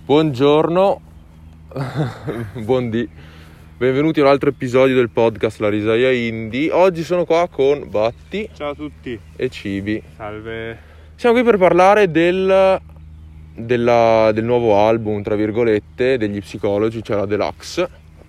Buongiorno, buondì, benvenuti a un altro episodio del podcast La Risaia Indie. Oggi sono qua con Batti. Ciao a tutti. E Cibi. Salve. Siamo qui per parlare del nuovo album, tra virgolette, degli Psicologi, cioè la Deluxe.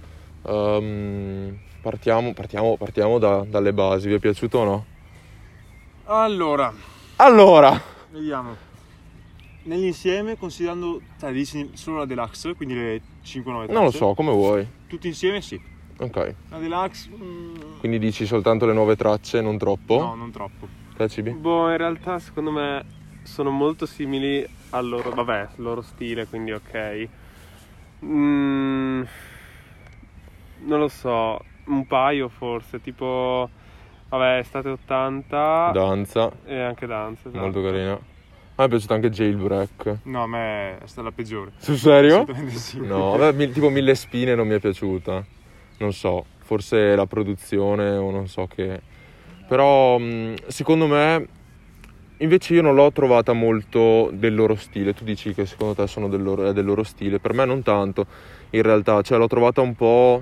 Partiamo dalle basi. Vi è piaciuto o no? Allora, vediamo. Nell'insieme, considerando, dici solo la Deluxe, quindi le 5-9 tracce. Non lo so, come vuoi. Tutti insieme sì. Ok. La Deluxe... Quindi dici soltanto le 9 tracce, non troppo? No, non troppo. Te, Cibi? Boh, in realtà secondo me sono molto simili al loro stile, quindi ok. Non lo so, un paio forse, tipo, Estate 80. Danza. E anche Danza, esatto. Molto carina. A me è piaciuta anche Jailbreak. No, a me è stata la peggiore. Sul serio? Assolutamente sì. No, a me tipo Mille Spine non mi è piaciuta. Non so, forse la produzione o non so che. Però secondo me invece io non l'ho trovata molto del loro stile. Tu dici che secondo te è del loro stile, per me non tanto in realtà, cioè l'ho trovata un po'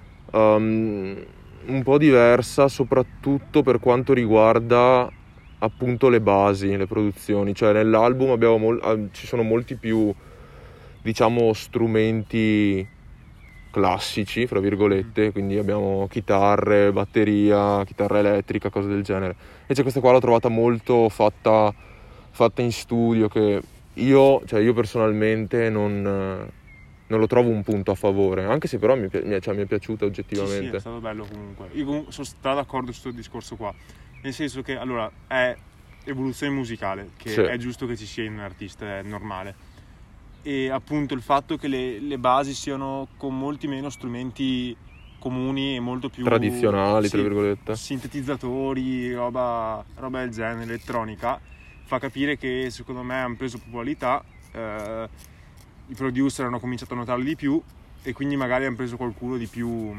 diversa, soprattutto per quanto riguarda appunto le basi, le produzioni. Cioè nell'album ci sono molti più, diciamo, strumenti classici, fra virgolette, quindi abbiamo chitarre, batteria, chitarra elettrica, cose del genere. Invece questa qua l'ho trovata molto fatta in studio, che io personalmente non lo trovo un punto a favore, anche se però mi è piaciuta oggettivamente. Sì, è stato bello comunque. Io sono d'accordo su questo discorso qua, nel senso che allora è evoluzione musicale, che sì, è giusto che ci sia in un artista, è normale. E appunto il fatto che le basi siano con molti meno strumenti comuni e molto più tradizionali, tra virgolette, sintetizzatori, roba del genere, elettronica, fa capire che secondo me hanno preso popolarità, i producer hanno cominciato a notarli di più e quindi magari hanno preso qualcuno di più,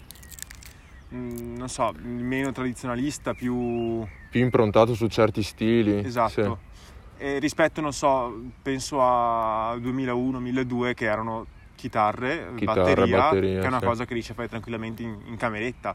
non so, meno tradizionalista, più improntato su certi stili. Esatto. Sì. E rispetto, non so, penso a 2001-2002 che erano chitarre, batteria, che è una cosa che riesce a fare tranquillamente in cameretta,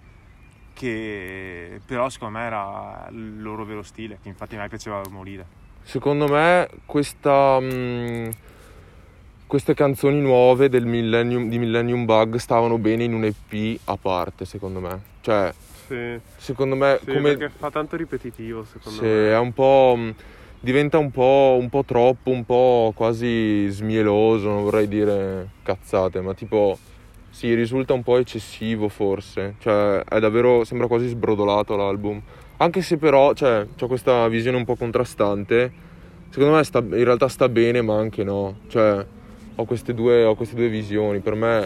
che però secondo me era il loro vero stile, che infatti a me piaceva morire. Secondo me queste canzoni nuove di Millennium Bug stavano bene in un EP a parte, secondo me. Cioè, sì, secondo me sì, come perché fa tanto ripetitivo, secondo sì, me. è un po', diventa un po' troppo, un po' quasi smieloso, non vorrei dire cazzate, ma tipo sì, risulta un po' eccessivo forse. Cioè, è davvero, sembra quasi sbrodolato l'album. Anche se però, cioè, c'ho questa visione un po' contrastante. Secondo me in realtà sta bene, ma anche no. Cioè, ho queste due visioni. Per me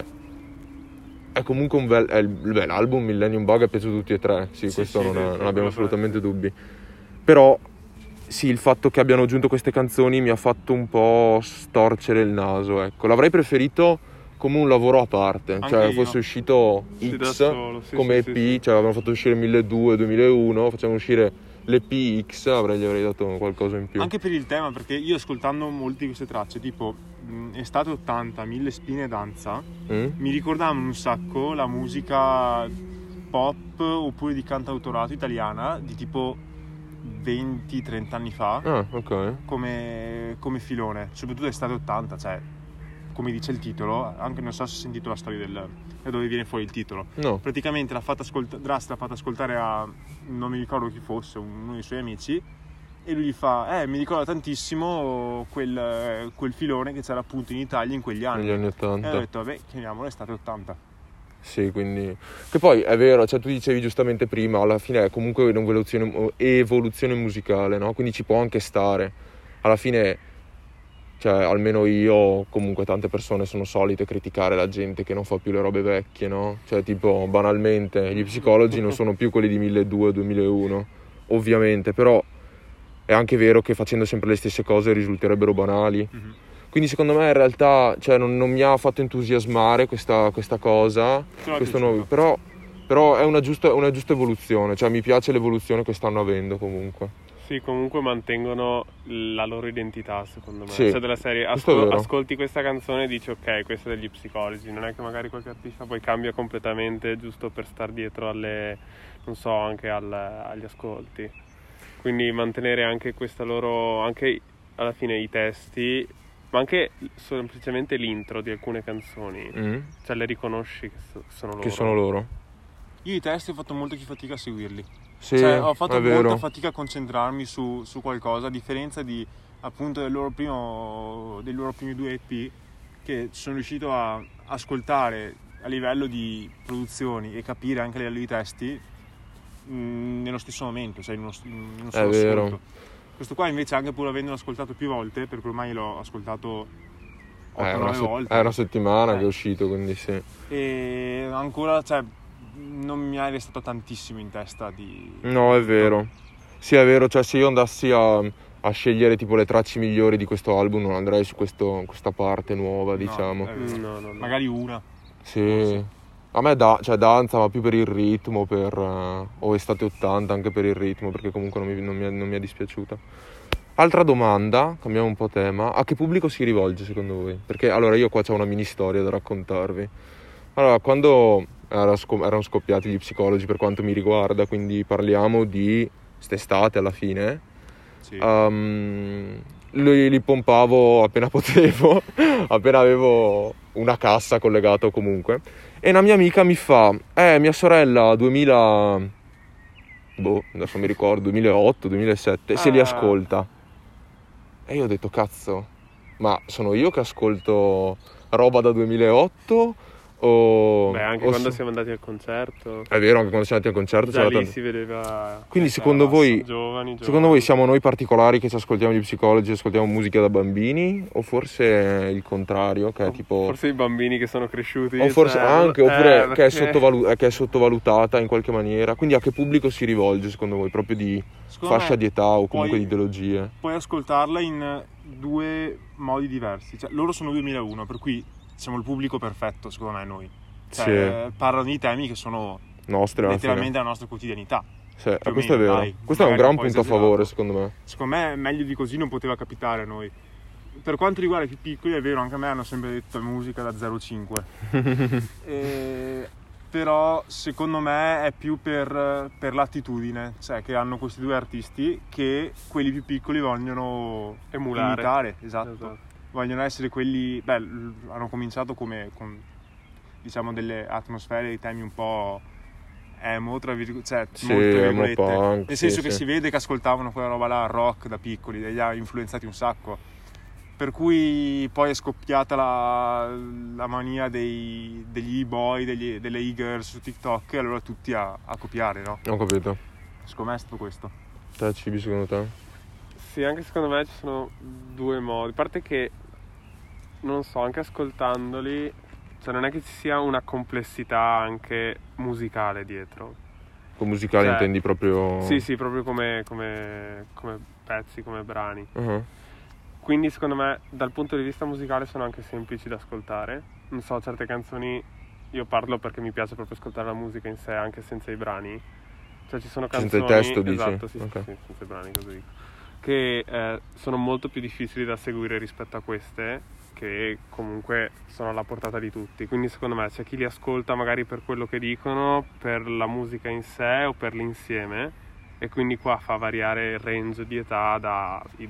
è comunque l'album Millennium Bug è piaciuto a tutti e tre. Sì, questo non abbiamo assolutamente dubbi. Però sì, il fatto che abbiano aggiunto queste canzoni mi ha fatto un po' storcere il naso, ecco. L'avrei preferito come un lavoro a parte, anche cioè io. fosse uscito Sì, X da solo, sì, come sì, EP, sì. cioè avevano fatto uscire 1200-2001, facciamo uscire l'EP X, gli avrei dato qualcosa in più. Anche per il tema, perché io ascoltando molte di queste tracce, tipo Estate 80, Mille Spine e Danza, mi ricordavano un sacco la musica pop oppure di cantautorato italiana di tipo 20-30 anni fa. Ah, ok. come filone, soprattutto Estate 80, cioè come dice il titolo, anche non so se hai sentito la storia da dove viene fuori il titolo. No. Praticamente Drast l'ha fatta ascoltare a, non mi ricordo chi fosse, uno dei suoi amici, e lui gli fa mi ricorda tantissimo quel filone che c'era appunto in Italia in quegli anni. Negli anni 80. E ho detto vabbè, chiamiamolo Estate 80. Sì, quindi che poi è vero, cioè tu dicevi giustamente prima, alla fine è comunque un'evoluzione musicale, no? Quindi ci può anche stare. Alla fine, cioè almeno io, comunque tante persone sono solite criticare la gente che non fa più le robe vecchie, no? Cioè tipo banalmente gli Psicologi non sono più quelli di 1200-2001, ovviamente, però è anche vero che facendo sempre le stesse cose risulterebbero banali. Mm-hmm. Quindi secondo me in realtà, cioè, non mi ha fatto entusiasmare questa cosa, questo nuovo, però è una giusta evoluzione, cioè mi piace l'evoluzione che stanno avendo comunque. Sì, comunque mantengono la loro identità, secondo me. Sì, cioè della serie, ascolti questa canzone e dici ok, questa è degli Psicologi. Non è che magari qualche artista poi cambia completamente giusto per star dietro alle, non so, anche agli ascolti. Quindi mantenere anche questa loro, anche alla fine i testi, ma anche semplicemente l'intro di alcune canzoni. Cioè le riconosci che sono loro. Che sono loro. Io i testi ho fatto molto fatica a seguirli. Sì, cioè, ho fatto molta vero. fatica a concentrarmi su qualcosa, a differenza di appunto dei loro primi 2 EP, che sono riuscito a ascoltare a livello di produzioni e capire anche a livello di testi nello stesso momento, cioè in uno solo vero. ascolto. Questo qua invece, anche pur avendolo ascoltato più volte, perché ormai l'ho ascoltato 8-9 volte. È una settimana che è uscito, quindi sì. E ancora, cioè, non mi è restato tantissimo in testa di... No, è vero. Sì, è vero, cioè se io andassi a scegliere tipo le tracce migliori di questo album non andrei su questa parte nuova, diciamo. No. Magari una. Sì. A me danza, ma più per il ritmo, o estate 80 anche per il ritmo, perché comunque non mi è dispiaciuta. Altra domanda, cambiamo un po' tema. A che pubblico si rivolge secondo voi? Perché allora io qua c'ho una mini storia da raccontarvi. Allora, quando erano scoppiati gli Psicologi per quanto mi riguarda, quindi parliamo di quest'estate alla fine, sì. Li pompavo appena potevo, appena avevo una cassa collegata comunque, e una mia amica mi fa mia sorella 2000 adesso mi ricordo 2008 2007 se li ascolta, e io ho detto cazzo, ma sono io che ascolto roba da 2008 anche quando siamo andati al concerto. È vero, anche quando siamo andati al concerto già lì si vedeva. Quindi secondo voi giovani. Secondo voi siamo noi particolari che ci ascoltiamo gli Psicologi, ascoltiamo musica da bambini, o forse il contrario, che è tipo forse i bambini che sono cresciuti, o forse anche, oppure perché... che è sottovalutata in qualche maniera? Quindi a che pubblico si rivolge secondo voi, proprio di fascia di età o comunque di ideologie? Puoi ascoltarla in 2 modi diversi, cioè loro sono 2001, per cui siamo il pubblico perfetto secondo me noi, cioè, sì. Parlano di temi che sono letteralmente la nostra quotidianità. Sì, questo è vero, questo è un gran punto a favore secondo me. Secondo me meglio di così non poteva capitare a noi. Per quanto riguarda i più piccoli è vero, anche a me hanno sempre detto musica da 0,5 però secondo me è più per l'attitudine, cioè che hanno questi 2 artisti che quelli più piccoli vogliono imitare, esatto. Vogliono essere quelli, hanno cominciato con diciamo delle atmosfere, dei temi un po' emo, tra virgolette, cioè molto virgolette, punk, nel senso che si vede che ascoltavano quella roba là, rock da piccoli, li ha influenzati un sacco, per cui poi è scoppiata la mania degli e-boy, delle e-girls su TikTok, e allora tutti a copiare, no? Ho capito. Secondo me è stato questo. Te Cibi, secondo te? Sì, anche secondo me ci sono 2 modi, a parte che non so, anche ascoltandoli, cioè non è che ci sia una complessità anche musicale dietro. Con musicale intendi proprio? Sì, proprio come pezzi, come brani. Quindi secondo me dal punto di vista musicale sono anche semplici da ascoltare. Non so, certe canzoni, io parlo perché mi piace proprio ascoltare la musica in sé anche senza i brani. Cioè ci sono canzoni... Senza il testo dici? Esatto, sì, okay. Sì, senza i brani, così dico. Che sono molto più difficili da seguire rispetto a queste, che comunque sono alla portata di tutti. Quindi secondo me c'è chi li ascolta magari per quello che dicono, per la musica in sé o per l'insieme, e quindi qua fa variare il range di età dai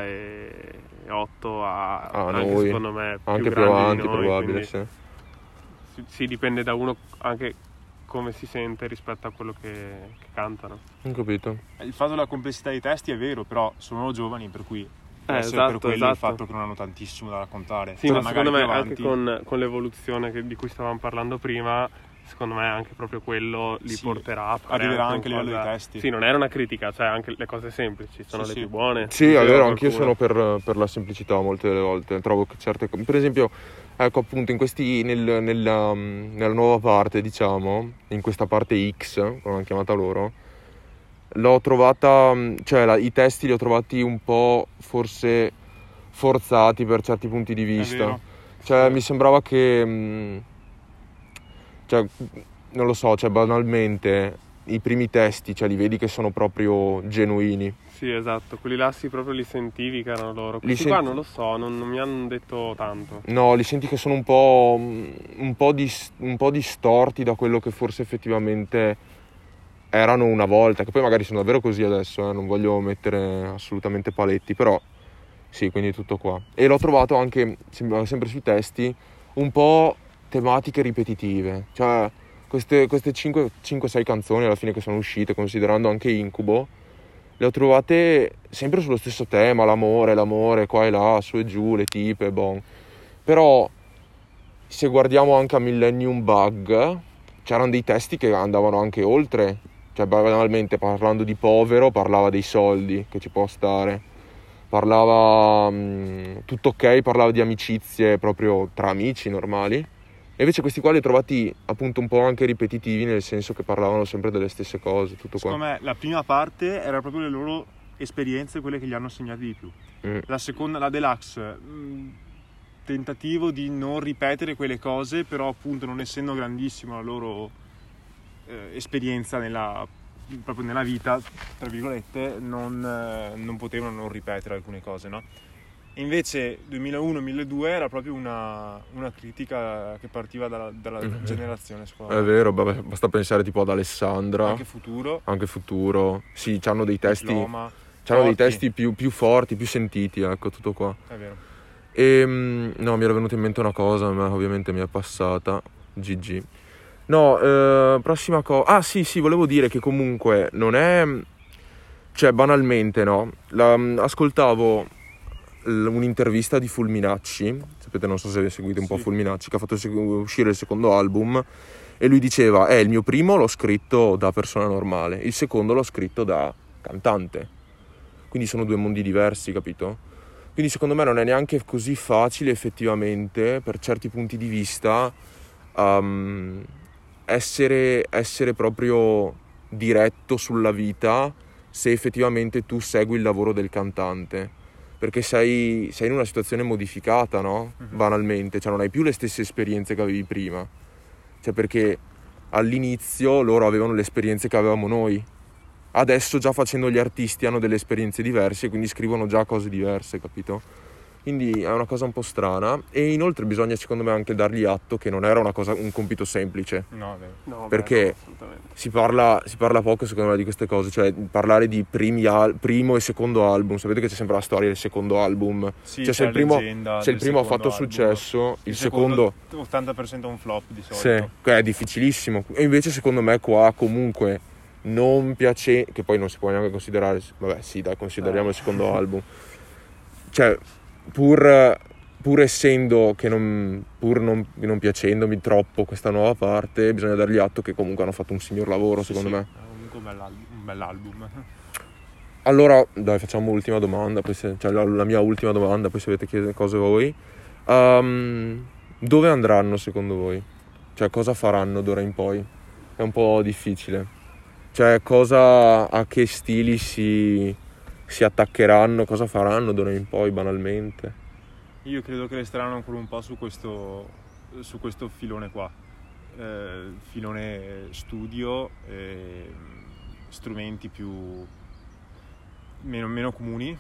2008 a anche noi, secondo me anche più avanti, noi, probabile, sì. Si dipende da uno anche come si sente rispetto a quello che cantano. Ho capito. Il fatto della complessità dei testi è vero, però sono giovani, per cui esatto, per quello il fatto che non hanno tantissimo da raccontare. Sì, ma secondo me anche con l'evoluzione di cui stavamo parlando prima, secondo me anche proprio quello li porterà a arriverà anche a livello di testi. Sì, non era una critica, cioè anche le cose semplici sono le più buone. Sì, è vero, anch'io sono per la semplicità molte delle volte. Trovo che certe, per esempio, ecco appunto nella nuova parte, diciamo, in questa parte X, come l'hanno chiamata loro, l'ho trovata, cioè i testi li ho trovati un po' forse forzati per certi punti di vista. Cioè mi sembrava che cioè non lo so, cioè banalmente i primi testi, cioè li vedi che sono proprio genuini. Sì, esatto, quelli là proprio li sentivi che erano loro. Questi qua non lo so, non mi hanno detto tanto. No, li senti che sono un po' distorti da quello che forse effettivamente erano una volta, che poi magari sono davvero così adesso, non voglio mettere assolutamente paletti, però sì, quindi tutto qua. E l'ho trovato anche, sempre sui testi, un po' tematiche ripetitive, cioè queste 5-6 canzoni alla fine che sono uscite, considerando anche Incubo, le ho trovate sempre sullo stesso tema, l'amore qua e là, su e giù, le tipe, bon. Però se guardiamo anche a Millennium Bug, c'erano dei testi che andavano anche oltre, cioè banalmente parlando di povero parlava dei soldi, che ci può stare, parlava tutto ok, parlava di amicizie proprio tra amici normali. E invece questi qua li ho trovati appunto un po' anche ripetitivi, nel senso che parlavano sempre delle stesse cose, tutto qua. Secondo me la prima parte era proprio le loro esperienze, quelle che gli hanno segnati di più. La seconda, la deluxe, tentativo di non ripetere quelle cose, però appunto non essendo grandissimo la loro esperienza proprio nella vita, tra virgolette, non potevano non ripetere alcune cose, no? Invece 2001-2002 era proprio una critica che partiva dalla generazione, secondo me. È vero, basta pensare tipo ad Alessandra. Anche Futuro. Sì, c'hanno dei testi. C'hanno dei testi più forti, più sentiti, ecco, tutto qua. È vero. E no, mi era venuta in mente una cosa, ma ovviamente mi è passata. GG. No, prossima cosa. Ah, sì, volevo dire che comunque non è. Cioè, banalmente, no? Ascoltavo un'intervista di Fulminacci, sapete, non so se seguite un po' Fulminacci, che ha fatto uscire il secondo album, e lui diceva il mio primo l'ho scritto da persona normale, il secondo l'ho scritto da cantante, quindi sono due mondi diversi, capito? Quindi secondo me non è neanche così facile effettivamente, per certi punti di vista, essere proprio diretto sulla vita se effettivamente tu segui il lavoro del cantante, perché sei in una situazione modificata, no? Banalmente, cioè non hai più le stesse esperienze che avevi prima, cioè perché all'inizio loro avevano le esperienze che avevamo noi, adesso già facendo gli artisti hanno delle esperienze diverse e quindi scrivono già cose diverse, capito? Quindi è una cosa un po' strana, e inoltre bisogna secondo me anche dargli atto che non era un compito semplice. No, perché si parla poco secondo me di queste cose, cioè parlare di primo e secondo album. Sapete che c'è sempre la storia del secondo album, sì, cioè se il primo ha fatto successo, il secondo 80% un flop di solito. Sì, è difficilissimo. E invece secondo me qua comunque non piace, che poi non si può neanche considerare, vabbè sì dai, consideriamo il secondo album, cioè pur essendo che non piacendomi troppo questa nuova parte, bisogna dargli atto che comunque hanno fatto un signor lavoro, secondo me. Comunque un bell'album. Allora, dai, facciamo l'ultima domanda, poi la mia ultima domanda, poi se avete chiesto cose voi. Dove andranno secondo voi? Cioè, cosa faranno d'ora in poi? È un po' difficile. Cioè, a che stili si attaccheranno, cosa faranno d'ora in poi banalmente? Io credo che resteranno ancora un po' su questo filone qua, filone studio, strumenti meno comuni,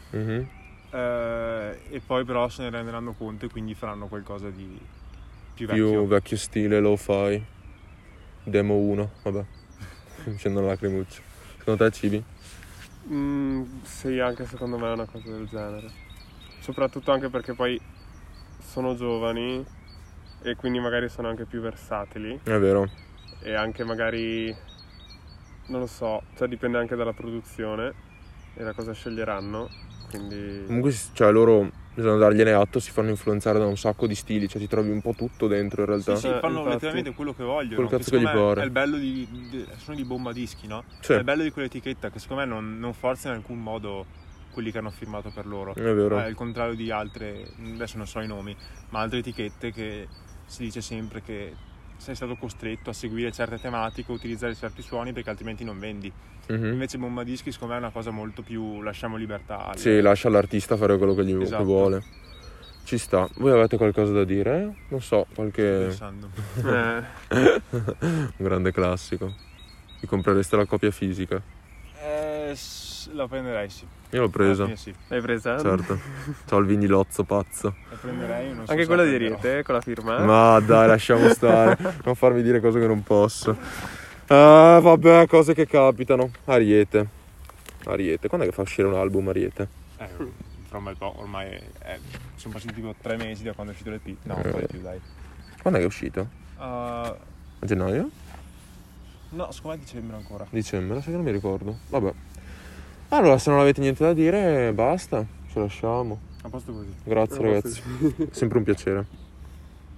e poi però se ne renderanno conto e quindi faranno qualcosa di più vecchio stile lo-fi, demo 1, vabbè, mi scendono lacrimucce. Secondo te, Cibi? Sì, anche secondo me è una cosa del genere, soprattutto anche perché poi sono giovani e quindi magari sono anche più versatili. È vero. E anche magari, non lo so, cioè dipende anche dalla produzione e da cosa sceglieranno, quindi. Comunque, cioè, loro, bisogna dargliene atto, si fanno influenzare da un sacco di stili, cioè ti trovi un po' tutto dentro in realtà. Sì, fanno infatti letteralmente quello che vogliono. Quel cazzo che gli pare. È il bello sono di Bomba Dischi, no? Sì. È il bello di quell'etichetta che secondo me non forza in alcun modo quelli che hanno firmato per loro. È vero. È il contrario di altre, adesso non so i nomi, ma altre etichette che si dice sempre che sei stato costretto a seguire certe tematiche, utilizzare certi suoni perché altrimenti non vendi. Invece Bomba Dischi secondo me è una cosa molto più, lasciamo libertà. Sì, lascia all'artista fare quello che che vuole. Ci sta. Voi avete qualcosa da dire? Non so, qualche. Sto pensando. Un grande classico. Vi comprereste la copia fisica? La prenderei, sì. Io l'ho presa. Sì. L'hai presa? Certo. C'ho il vinilozzo pazzo. La prenderei. Non so anche quella di Ariete con la firma? Ma dai, lasciamo stare. Non farmi dire cose che non posso. Vabbè, cose che capitano. Ariete. Quando è che fa uscire un album Ariete? Fra un bel po', ormai sono passati tipo 3 mesi da quando è uscito l'EP. No, un po' di più, dai. Quando è che è uscito? A gennaio? No, secondo me dicembre ancora. Dicembre, sai che non mi ricordo. Vabbè. Allora, se non avete niente da dire, basta. Ci lasciamo. A posto così. Grazie ragazzi. Sempre un piacere.